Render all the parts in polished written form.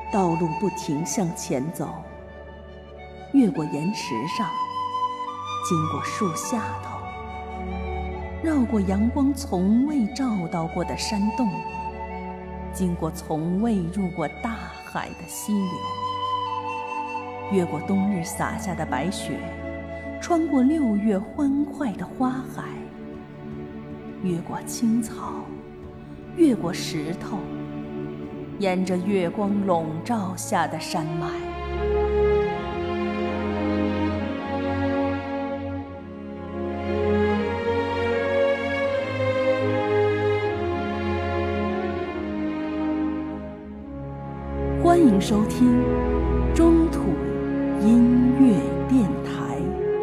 道路不停向前走，越过岩石上，经过树下头，绕过阳光从未照到过的山洞，经过从未入过大海的溪流，越过冬日洒下的白雪，穿过6月欢快的花海，越过青草，越过石头，沿着月光笼罩下的山脉。欢迎收听中土音乐电台。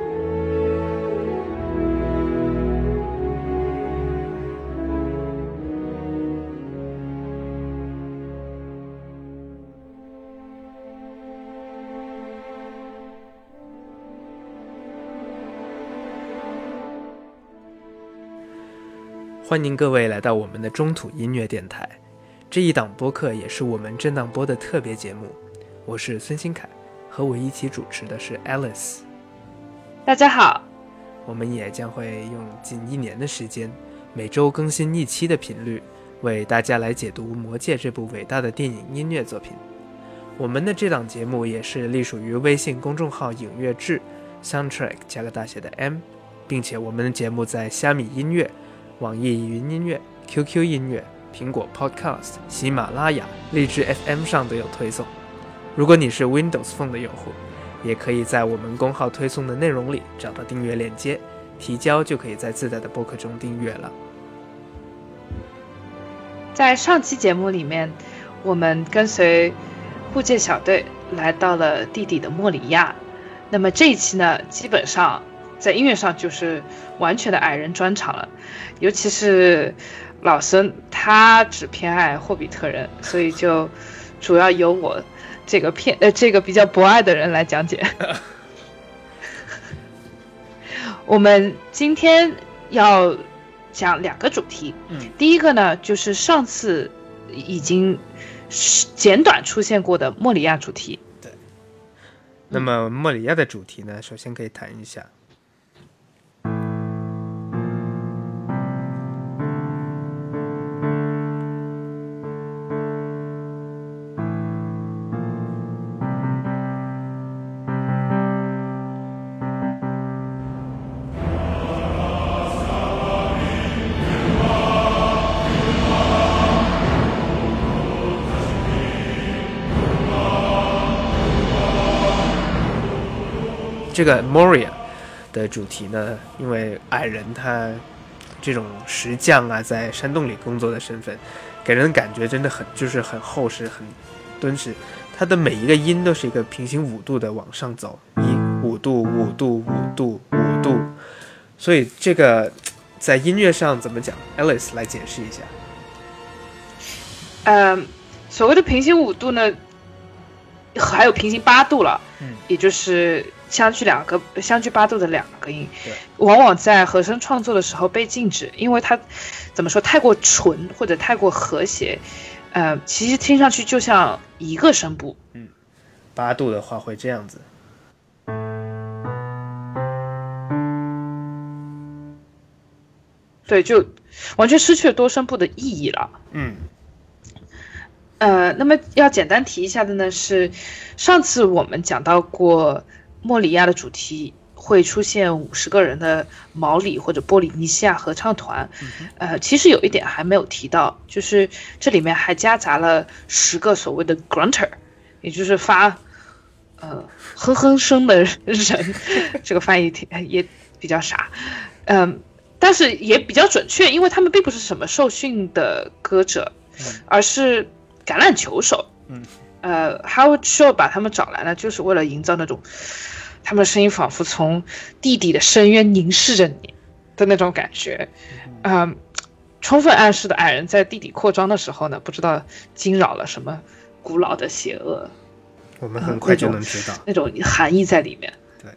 欢迎各位来到我们的中土音乐电台，这一档播客也是我们震荡播的特别节目。我是孙新凯，和我一起主持的是 Alice。 大家好， 我们也将会用近1年的时间，每周更新1期的频率，为大家来解读《魔戒》这部伟大的电影音乐作品。我们的这档节目也是隶属于微信公众号影乐志 Soundtrack 加个大写的 M， 并且我们的节目在虾米音乐、网易云音乐、QQ 音乐、苹果 Podcast、喜马拉雅、荔枝 FM 上都有推送。如果你是 Windows Phone 的用户，也可以在我们公号推送的内容里找到订阅链接，提交就可以在自带的播客中订阅了。 在上期节目里面，我们跟随护戒小队来到了地底的莫里亚。那么这一期呢，基本上在音乐上就是完全的矮人专场了，尤其是老孙他只偏爱霍比特人，所以就主要由我这个比较博爱的人来讲解。我们今天要讲2个主题，第一个呢就是上次已经简短出现过的莫里亚主题。 对，那么莫里亚的主题呢，首先可以谈一下。这个 Moria 的主题呢，因为矮人他这种石匠啊，在山洞里工作的身份，给人感觉真的就是很厚实、很敦实。他的每一个音都是一个平行5度的往上走，5度、5度、5度、5度。所以这个在音乐上怎么讲 ？Alice 来解释一下。 所谓的平行5度呢，还有平行8度了，也就是相距8度的2个音，往往在和声创作的时候被禁止，因为它怎么说太过纯或者太过和谐，其实听上去就像一个声部。 8度的话会这样子。 对，就完全失去了多声部的意义了。那么要简单提一下的呢是，上次我们讲到过莫里亚的主题会出现50个人的毛里或者波利尼西亚合唱团，其实有一点还没有提到，就是这里面还夹杂了10个所谓的 grunter， 也就是发哼哼声的人，这个翻译也比较傻，但是也比较准确，因为他们并不是什么受训的歌者，而是橄榄球手。Howard Shore 把他们找来呢，就是为了营造那种他们的声音仿佛从地底的深渊凝视着你的那种感觉。充分暗示的矮人在地底扩张的时候呢，不知道惊扰了什么古老的邪恶， 我们很快就能知道那种含义在里面。 对，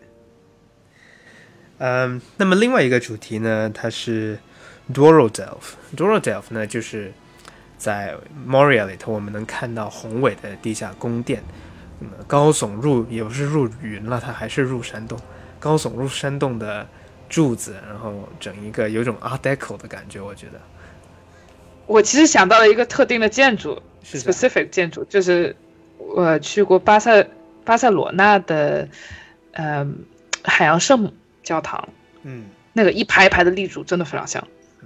那么另外一个主题呢，它是 Dorodelf 呢，就是在 Moria 里头我们能看到宏伟的地下宫殿，高耸入也不是入云了，它还是入山洞，高耸入山洞的柱子，然后整一个有种 Art Deco 的感觉。我觉得我其实想到了一个特定的建筑 specific 建筑，就是我去过巴塞罗那的海洋圣母教堂，那个一排一排的立柱真的非常像。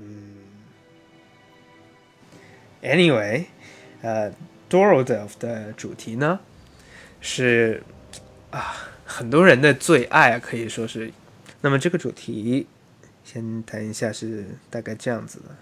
Anyway， Dorodelf 的主题呢是很多人的最爱，可以说是。那么这个主题先谈一下，是大概这样子的。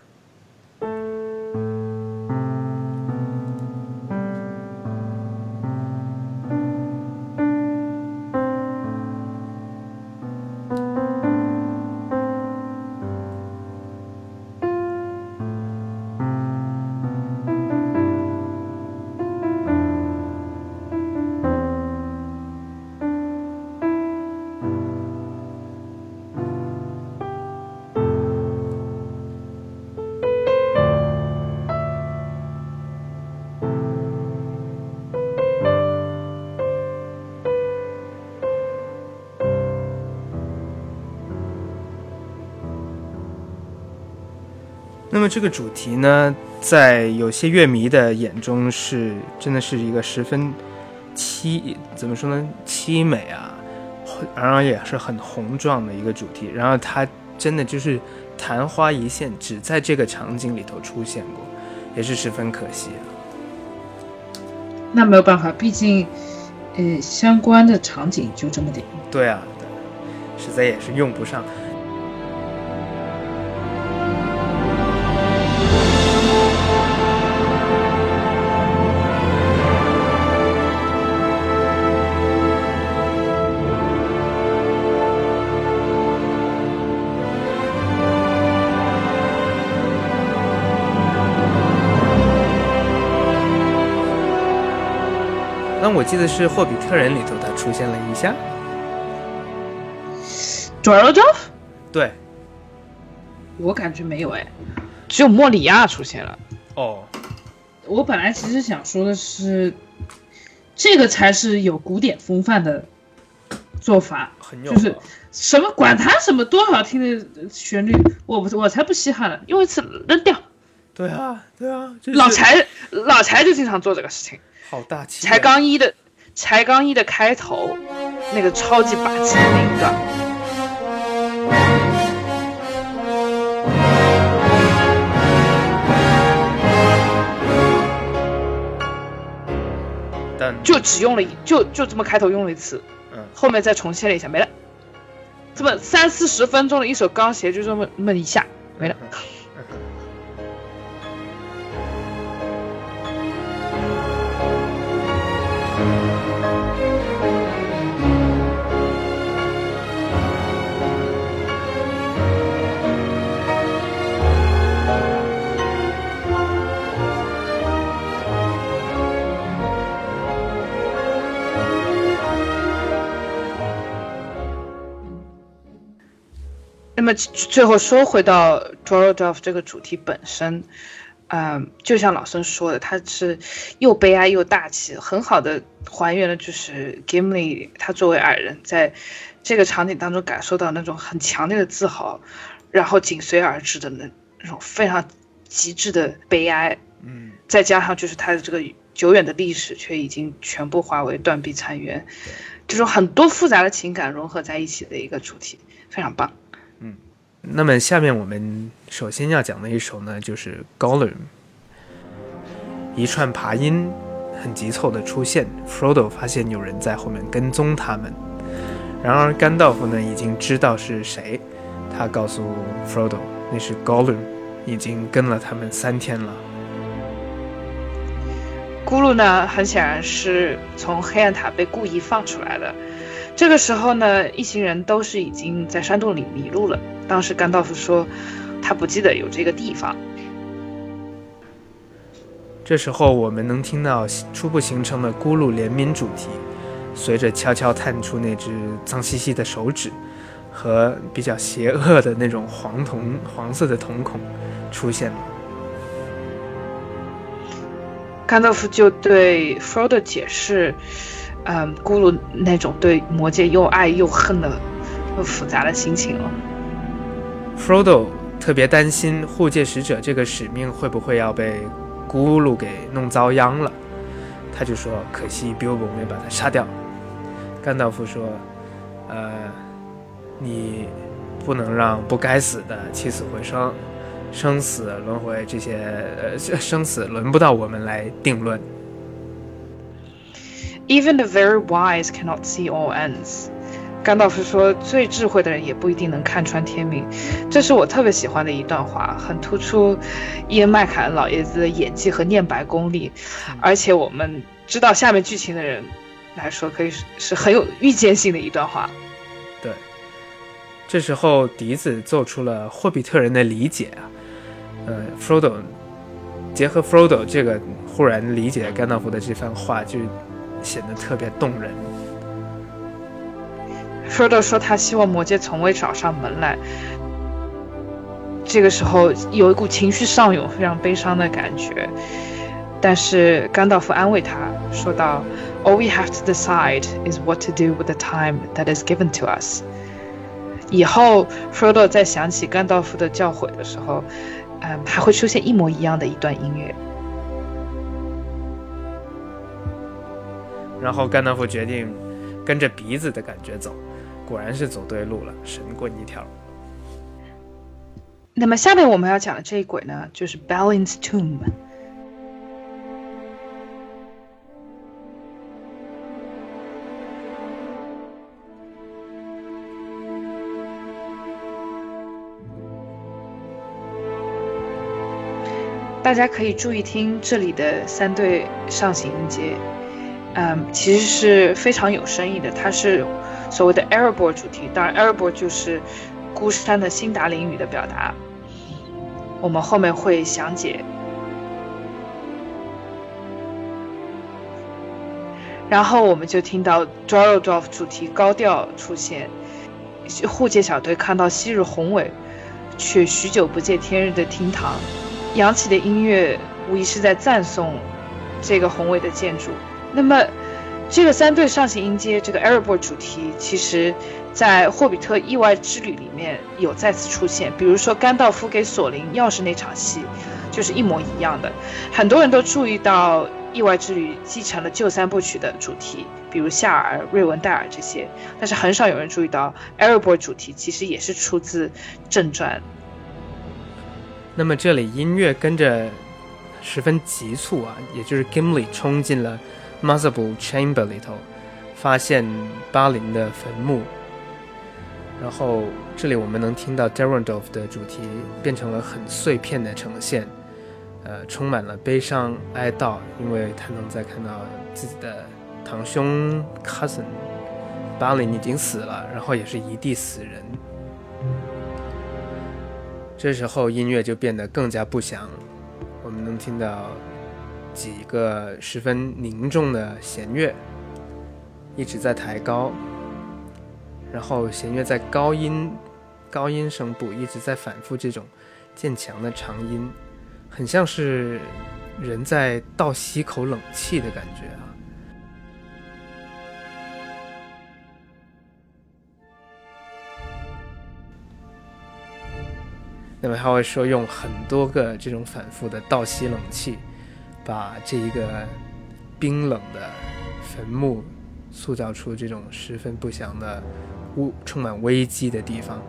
那么这个主题呢，在有些乐迷的眼中是真的是一个十分怎么说呢，凄美啊，然后也是很宏壮的一个主题，然后它真的就是昙花一现，只在这个场景里头出现过，也是十分可惜啊。 那没有办法，毕竟相关的场景就这么点。 对啊，对，实在也是用不上。那我记得是《霍比特人》里头它出现了一下。 Dorodelf？ 对， 我感觉没有只有莫里亚出现了。 哦， 我本来其实想说的是，这个才是有古典风范的做法，就是什么管他什么多好听的旋律，我才不稀罕了，用一次扔掉。 对啊，对啊， 就是、老柴就经常做这个事情。 好大气！ 柴刚一的开头，那个超级霸气的那一段， 但就只用了就这么开头用了一次，后面再重现了一下，没了。这么30-40分钟的一首钢弦就这么一下没了。那么最后说回到 Dorodelf 这个主题本身，就像老生说的，它是又悲哀又大气，很好的还原了就是 Gimli 他作为矮人在这个场景当中感受到那种很强烈的自豪，然后紧随而至的那种非常极致的悲哀，再加上就是他的这个久远的历史却已经全部化为断壁残垣，这种很多复杂的情感融合在一起的一个主题，非常棒。 那么下面我们首先要讲的一首呢，就是 Gollum， 一串爬音很急凑的出现， Frodo 发现有人在后面跟踪他们，然而甘道夫呢已经知道是谁，他告诉 Frodo 那是 Gollum， 已经跟了他们3天了。 咕噜呢很显然是从黑暗塔被故意放出来的，这个时候呢一行人都是已经在山洞里迷路了，当时甘道夫说他不记得有这个地方。 这时候我们能听到初步形成的咕噜联名主题，随着悄悄探出那只脏兮兮的手指和比较邪恶的那种黄色的瞳孔出现了。 甘道夫就对 Frodo 解释，咕噜那种对魔戒又爱又恨的复杂的心情了。 Frodo 特别担心护戒使者这个使命会不会要被咕噜给弄遭殃了，他就说可惜 Bilbo 没把他杀掉。甘道夫说，你不能让不该死的起死回生，生死轮回这些生死轮不到我们来定论。 Even the very wise cannot see all ends。 甘道夫说最智慧的人也不一定能看穿天命，这是我特别喜欢的一段话，很突出伊恩麦凯恩老爷子的演技和念白功力，而且我们知道下面剧情的人来说可以是很有预见性的一段话。 对，这时候笛子做出了霍比特人的理解啊，Frodo 结合 Frodo 这个忽然理解甘道夫的这番话，就显得特别动人。 Frodo 说他希望魔戒从未找上门来，这个时候有一股情绪上涌非常悲伤的感觉，但是甘道夫安慰他说道 All we have to decide is what to do with the time that is given to us。 以后 Frodo 在想起甘道夫的教诲的时候，还会出现一模一样的一段音乐。 然后甘道夫决定跟着鼻子的感觉走，果然是走对路了，神棍一条。 那么下面我们要讲的这一轨呢，就是 Balin's Tomb。 大家可以注意听这里的3对上行音阶，其实是非常有深意的，它是所谓的 Erebor 主题，当然 Erebor 就是孤山的辛达林语的表达，我们后面会详解。然后我们就听到 Dwarldorf 主题高调出现，护戒小队看到昔日宏伟却许久不见天日的厅堂，扬起的音乐无疑是在赞颂这个宏伟的建筑。那么这个3对上行音阶，这个 Erebor 主题，其实在霍比特意外之旅里面有再次出现，比如说甘道夫给索林钥匙那场戏就是一模一样的。很多人都注意到意外之旅继承了旧3部曲的主题，比如夏尔、瑞文戴尔这些，但是很少有人注意到 Erebor 主题其实也是出自正传。 那么这里音乐跟着十分急促啊，也就是 Gimli 冲进了 Mazabul Chamber 里头，发现巴林的坟墓。然后这里我们能听到 Dwarldorf 的主题变成了很碎片的呈现，充满了悲伤哀悼，因为他能再看到自己的堂兄 cousin 巴林已经死了，然后也是一地死人。这时候音乐就变得更加不祥，我们能听到几个十分凝重的弦乐一直在抬高，然后弦乐在高音声部一直在反复这种渐强的长音，很像是人在倒吸一口冷气的感觉啊。那么他会说用很多个这种反复的倒吸冷气，把这一个冰冷的坟墓塑造出这种十分不祥的充满危机的地方。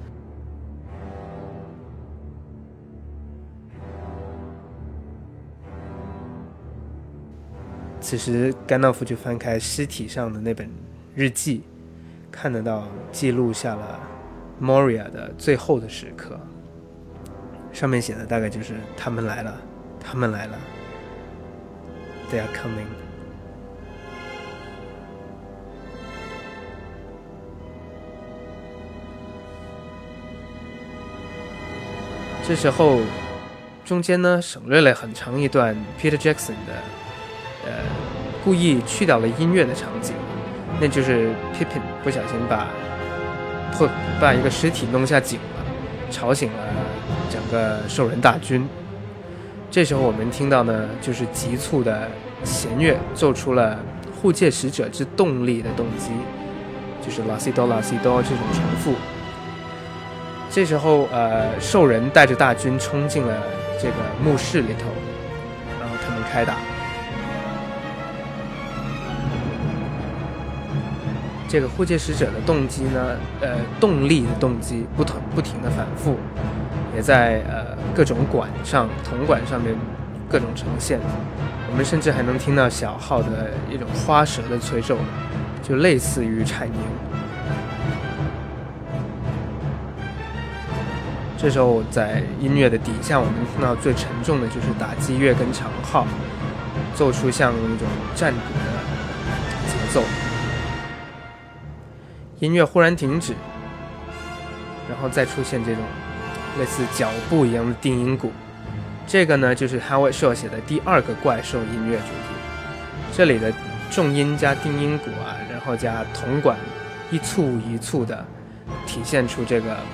此时甘道夫就翻开尸体上的那本日记，看得到记录下了 Moria 的最后的时刻，上面写的大概就是他们来了，他们来了 They are coming。 这时候中间呢省略了很长一段 Peter Jackson 的故意去掉了音乐的场景，那就是 Pippin 不小心把一个尸体弄下井了，吵醒了整个兽人大军。 这时候我们听到呢，就是急促的弦乐奏出了护戒使者之动力的动机，就是 La Si Do La Si Do 这种重复。这时候兽人带着大军冲进了这个墓室里头，然后他们开打。这个护戒使者的动机呢，动力的动机不停的反复，也在各种管上、铜管上面各种呈现。我们甚至还能听到小号的一种花舌的吹奏，就类似于蝉鸣。这时候在音乐的底下，我们听到最沉重的就是打击乐跟长号，奏出像一种战鼓的节奏。音乐忽然停止，然后再出现这种类似脚步一样的定音鼓。这个呢，就是 Howard Shore 写的第二个怪兽音乐主题。这里的重音加定音鼓啊，然后加铜管一簇一簇的体现出这个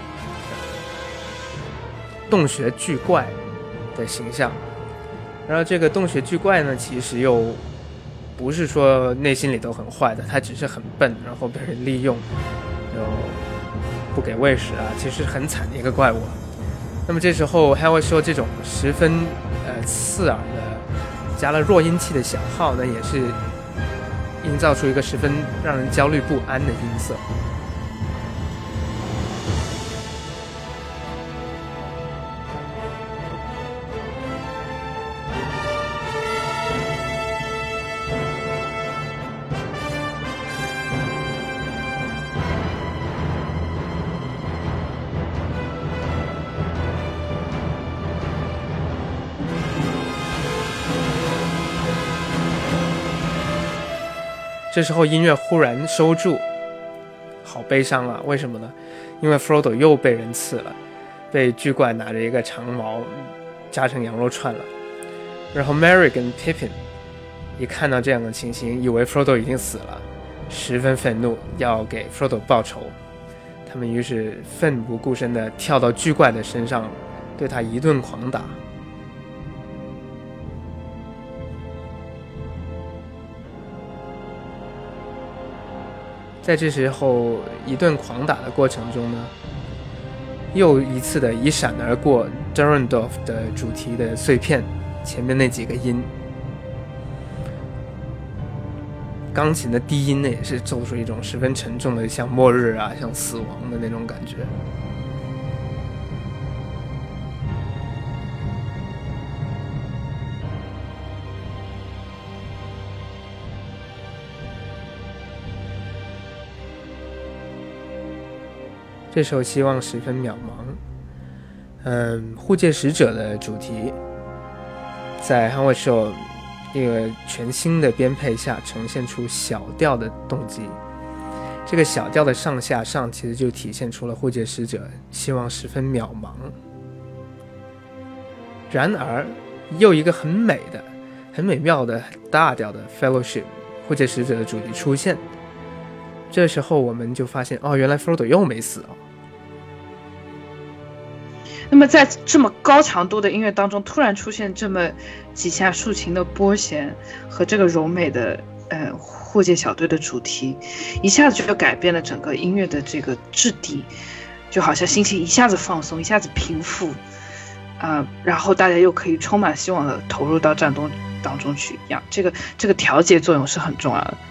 洞穴巨怪的形象。然后这个洞穴巨怪呢，其实又不是说内心里都很坏的，他只是很笨，然后被人利用，然后不给喂食啊，其实很惨的一个怪物。那么这时候 Howard Shore 这种十分刺耳的加了弱音器的小号呢，也是营造出一个十分让人焦虑不安的音色。这时候音乐忽然收住，好悲伤啊！为什么呢？因为 Frodo 又被人刺了，被巨怪拿着一个长矛扎成羊肉串了。然后 Merry 跟 Pippin 一看到这样的情形，以为 Frodo 已经死了，十分愤怒，要给 Frodo 报仇。他们于是奋不顾身地跳到巨怪的身上，对他一顿狂打。在这时候一顿狂打的过程中呢，又一次的一闪而过 Durandorf 的主题的碎片，前面那几个音，钢琴的低音呢也是奏出一种十分沉重的像末日啊，像死亡的那种感觉。这时候希望十分渺茫。护戒使者的主题在 Howard Shore 一个全新的编配下呈现出小调的动机。这个小调的上下上其实就体现出了护戒使者希望十分渺茫。然而又一个很美的很美妙的大调的 Fellowship 护戒使者的主题出现。这时候我们就发现，原来 Frodo 又没死哦。 那么在这么高强度的音乐当中，突然出现这么几下竖琴的拨弦和这个柔美的护戒小队的主题，一下子就改变了整个音乐的这个质地，就好像心情一下子放松，一下子平复，然后大家又可以充满希望的投入到战斗当中去一样。这个调节作用是很重要的。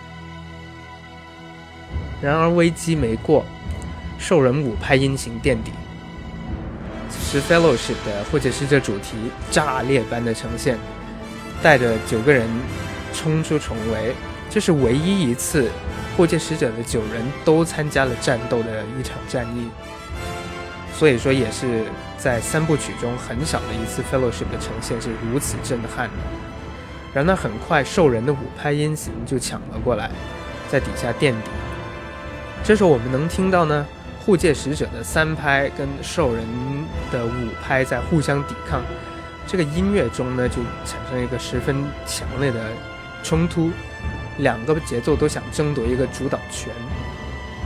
然而危机没过，兽人5拍音型垫底，此时 Fellowship 的护戒使者主题炸裂般的呈现，带着9个人冲出重围。这是唯一一次护戒使者的9人都参加了战斗的一场战役，所以说也是在3部曲中很少的一次 Fellowship 的呈现是如此震撼的。然而很快兽人的5拍音型就抢了过来，在底下垫底。这时候我们能听到呢，护戒使者的3拍跟兽人的5拍在互相抵抗，这个音乐中呢就产生一个十分强烈的冲突，2个节奏都想争夺一个主导权。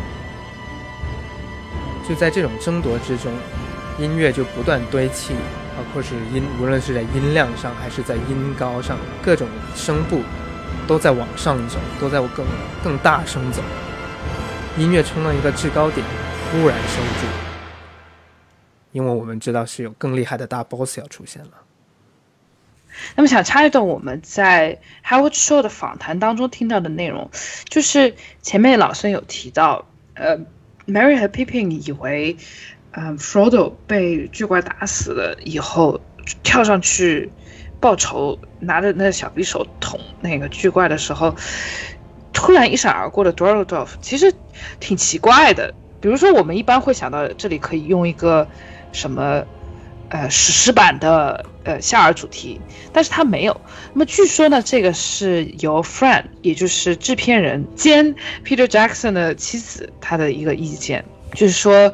就在这种争夺之中，音乐就不断堆砌包括是无论是在音量上还是在音高上，各种声部都在往上走，都在更大声走。音乐冲到一个制高点，忽然收住，因为我们知道是有更厉害的大 boss 要出现了。 那么想插一段我们在 Howard Shore 的访谈当中听到的内容，就是前面老孙有提到Merry 和 Pippin 以为Frodo 被巨怪打死了以后跳上去报仇，拿着那小匕首捅那个巨怪的时候，突然一闪而过的 Dwarldorf 其实挺奇怪的。比如说我们一般会想到这里可以用一个什么史诗版的夏尔主题，但是他没有。那么据说呢，这个是由 Fran 也就是制片人兼 Peter Jackson 的妻子他的一个意见，就是说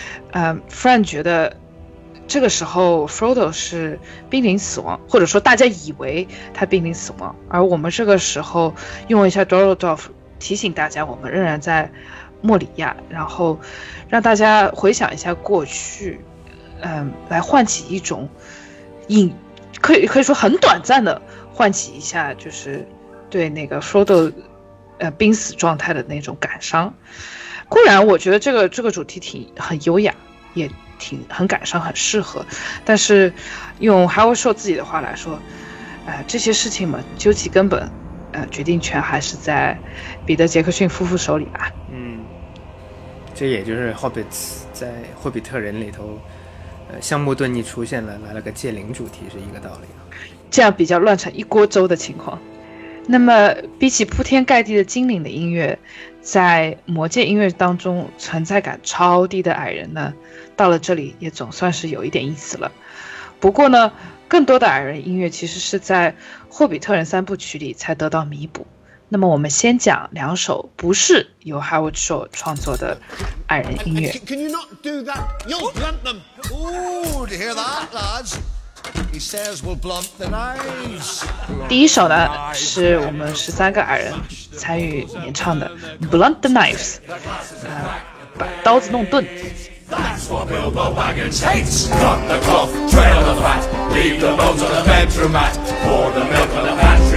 Fran 觉得这个时候 Frodo 是濒临死亡，或者说大家以为他濒临死亡，而我们这个时候用一下 Dwarldorf 提醒大家我们仍然在莫里亚，然后让大家回想一下过去，来唤起一种可以说很短暂的唤起一下，就是对那个 Frodo 濒死状态的那种感伤。固然我觉得这个主题很优雅，也很感伤，很适合，但是用 Howard Shore 自己的话来说，这些事情嘛，究其根本，决定权还是在彼得·杰克逊夫妇手里吧。 这也就是 Hobbits 在霍比特人里头，橡木盾一出现了，来了个戒灵主题，是一个道理。 这样比较乱成一锅粥的情况。那么比起铺天盖地的精灵的音乐，在魔戒音乐当中存在感超低的矮人呢，到了这里也总算是有一点意思了。不过呢，更多的矮人音乐其实是在霍比特人三部曲里才得到弥补。那么我们先讲两首不是由 Howard Shore 创作的矮人音乐。 Can you not do that? You'll blunt them. Ooh, do you hear that, lads? He says we'll blunt the knives. 第一首呢是我们13个矮人参与演唱的 Blunt the Knives， 把刀子弄钝。 That's what Bilbo Baggins hates. Cut the cloth, trail the fat, leave the bones on the bedroom mat, pour the milk on the pantry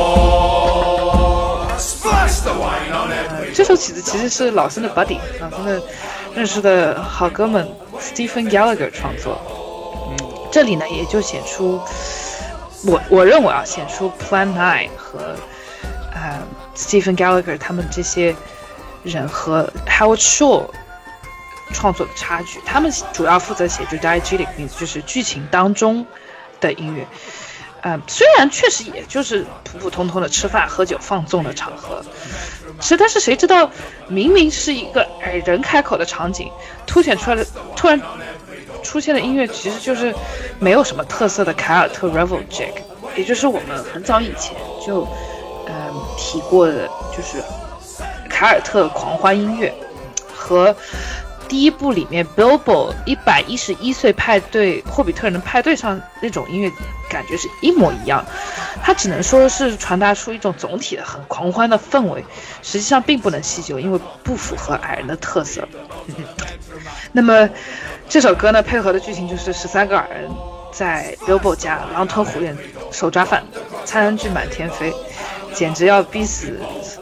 floor, splash the wine on every... 这首曲子其实是老孙的 buddy， 老孙的认识的好哥们 Stephen Gallagher 创作。这里呢也就显出我认为显出 Plan 9和Stephen Gallagher 他们这些人和 Howard Shore 创作的差距。他们主要负责写就 diegetic， 就是剧情当中的音乐。虽然确实也就是普普通通的吃饭喝酒放纵的场合，但是谁知道明明是一个矮人开口的场景，凸显出来的突然出现的音乐其实就是没有什么特色的凯尔特 Revel Jig， 也就是我们很早以前就提过的，就是凯尔特狂欢音乐，和第一部里面 Bilbo 111岁派对霍比特人的派对上那种音乐感觉是一模一样。它只能说是传达出一种总体的很狂欢的氛围，实际上并不能细究，因为不符合矮人的特色。那么这首歌呢，配合的剧情就是13个矮人在 Bilbo 家狼吞虎咽手抓饭，餐具满天飞，简直要逼死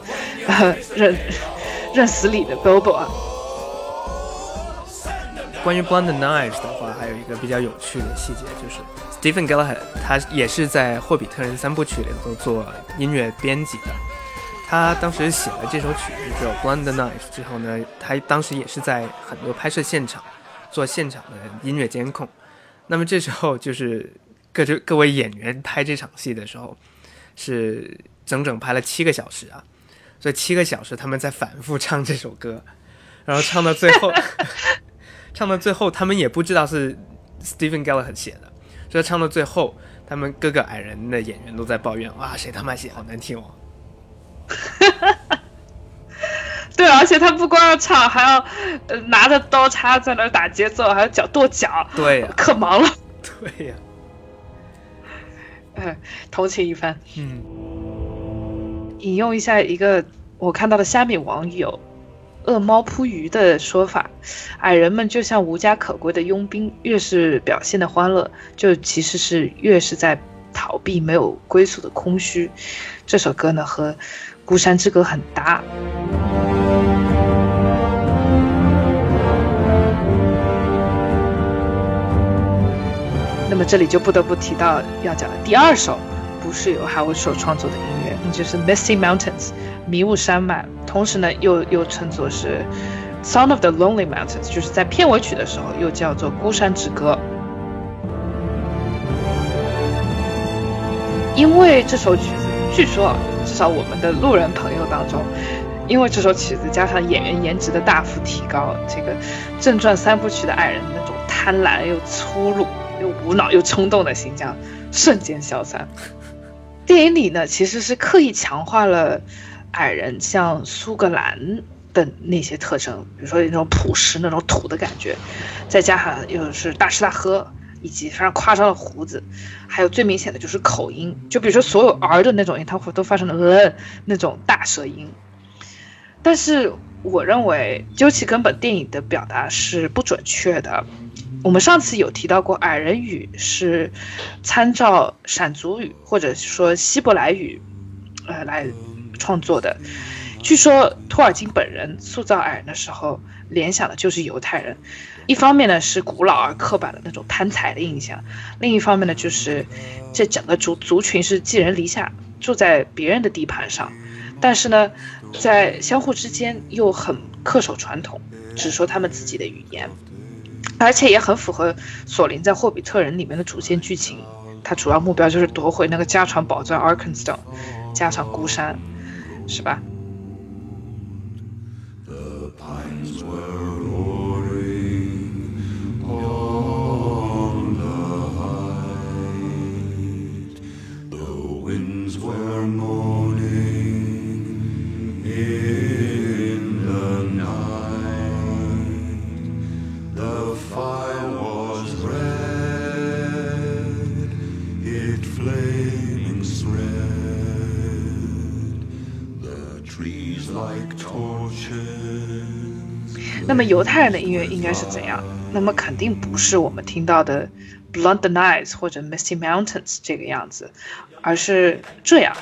认死理的 Bilbo 啊。 关于 Blunt the Knives 的话，还有一个比较有趣的细节，就是 Stephen Gallagher 他也是在霍比特人三部曲里头做音乐编辑的。他当时写了这首曲子叫 Blunt the Knives 之后呢，他当时也是在很多拍摄现场做现场的音乐监控。那么这时候就是各位演员拍这场戏的时候，是整整拍了7个小时啊，所以7个小时他们在反复唱这首歌，然后唱到最后他们也不知道是 Stephen Gallagher 写的，所以唱到最后他们各个矮人的演员都在抱怨，哇，谁他妈写好难听哦。 对，而且他不光要唱，还要拿着刀叉在那儿打节奏，还要跺脚， 对呀， 可忙了。 对呀， 同情一番。引用一下一个我看到的虾米网友饿猫扑鱼的说法，矮人们就像无家可归的佣兵，越是表现的欢乐，就其实是越是在逃避没有归宿的空虚。这首歌呢和《孤山之歌》很搭。那么这里就不得不提到要讲的第二首，不是由 Howard Shore 创作的音乐，那就是 Misty Mountains 迷雾山脉，同时呢又称作是 Song of the Lonely Mountains， 就是在片尾曲的时候又叫做孤山之歌。因为这首曲子据说至少我们的路人朋友当中，因为这首曲子加上演员颜值的大幅提高，这个正传三部曲的矮人那种贪婪又粗鲁又无脑又冲动的形象瞬间消散。电影里呢其实是刻意强化了矮人像苏格兰的那些特征，比如说那种朴实那种土的感觉，再加上又是大吃大喝以及非常夸张的胡子，还有最明显的就是口音，就比如说所有 R 的那种音它都发生了那种大舌音。但是我认为究其根本电影的表达是不准确的。我们上次有提到过矮人语是参照闪族语或者说希伯来语来创作的。据说托尔金本人塑造矮人的时候联想的就是犹太人，一方面呢是古老而刻板的那种贪财的印象，另一方面呢就是这整个族群是寄人篱下，住在别人的地盘上，但是呢在相互之间又很恪守传统，只说他们自己的语言，而且也很符合索林在《霍比特人》里面的主线剧情，他主要目标就是夺回那个家传宝钻 Arkenstone 加上孤山，是吧 The pines were roaring on the height, the winds were moaning in the night, the fire was red, it flaming spread, the trees like torches. 那么犹太人的音乐应该是怎样？那么肯定不是我们听到的 Blunt the Knives 或者 Misty Mountains 这个样子，而是这样。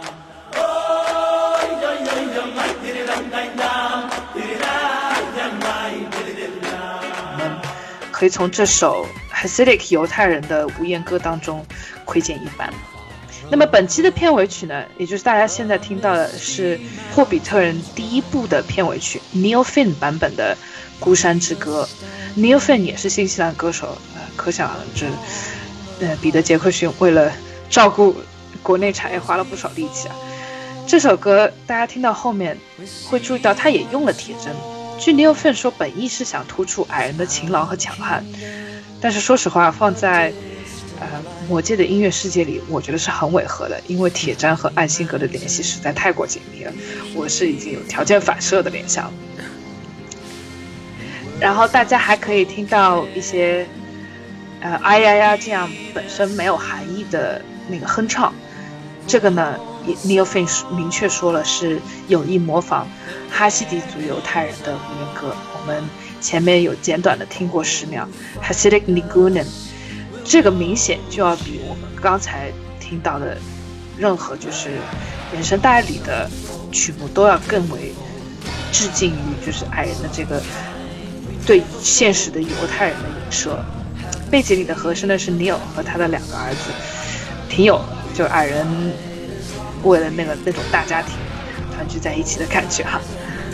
我们可以从这首 Hasidic 犹太人的无言歌当中窥见一斑。那么本期的片尾曲呢，也就是大家现在听到的是霍比特人第一部的片尾曲 Neil Finn 版本的孤山之歌。Neil Finn 也是新西兰歌手，可想而知彼得杰克逊为了照顾国内产业花了不少力气啊。这首歌大家听到后面会注意到他也用了铁针，据 Neil Finn 说本意是想突出矮人的勤劳和强悍，但是说实话放在魔戒的音乐世界里我觉得是很违和的，因为铁砧和艾辛格的联系实在太过紧密了，我是已经有条件反射的联想。然后大家还可以听到一些哎呀呀这样本身没有含义的那个哼唱，这个呢 Neil Finn 明确说了是有意模仿哈希迪族犹太人的无言歌，我们前面有简短的听过10秒 Hasidic Nigunim，这个明显就要比我们刚才听到的任何就是原声带里的曲目都要更为致敬于就是矮人的这个对现实的犹太人的影射。背景里的和声呢是 Neil 和他的2个儿子，挺有就矮人为了那种大家庭团聚在一起的感觉哈。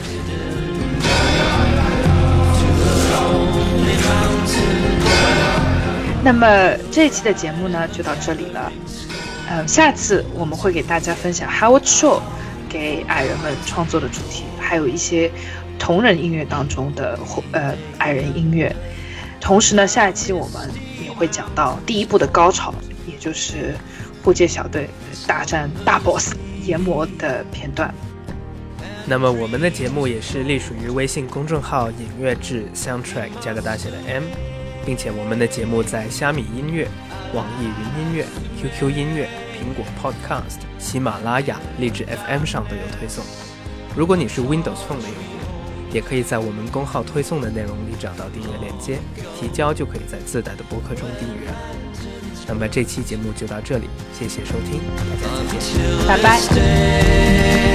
那么这一期的节目呢就到这里了，下次我们会给大家分享 Howard Shore 给矮人们创作的主题，还有一些同人音乐当中的矮人音乐。同时呢下一期我们也会讲到第一部的高潮，也就是护戒小队大战大 boss 炎魔的片段。 那么我们的节目也是隶属于微信公众号影乐志 Soundtrack 加个大写的 M， 并且我们的节目在虾米音乐、网易云音乐、QQ 音乐、苹果 Podcast、喜马拉雅、荔枝 FM 上都有推送。如果你是 Windows Phone 的用户， 也可以在我们公号推送的内容里找到订阅链接，提交就可以在自带的播客中订阅了。那么这期节目就到这里，谢谢收听，大家再见， 拜拜。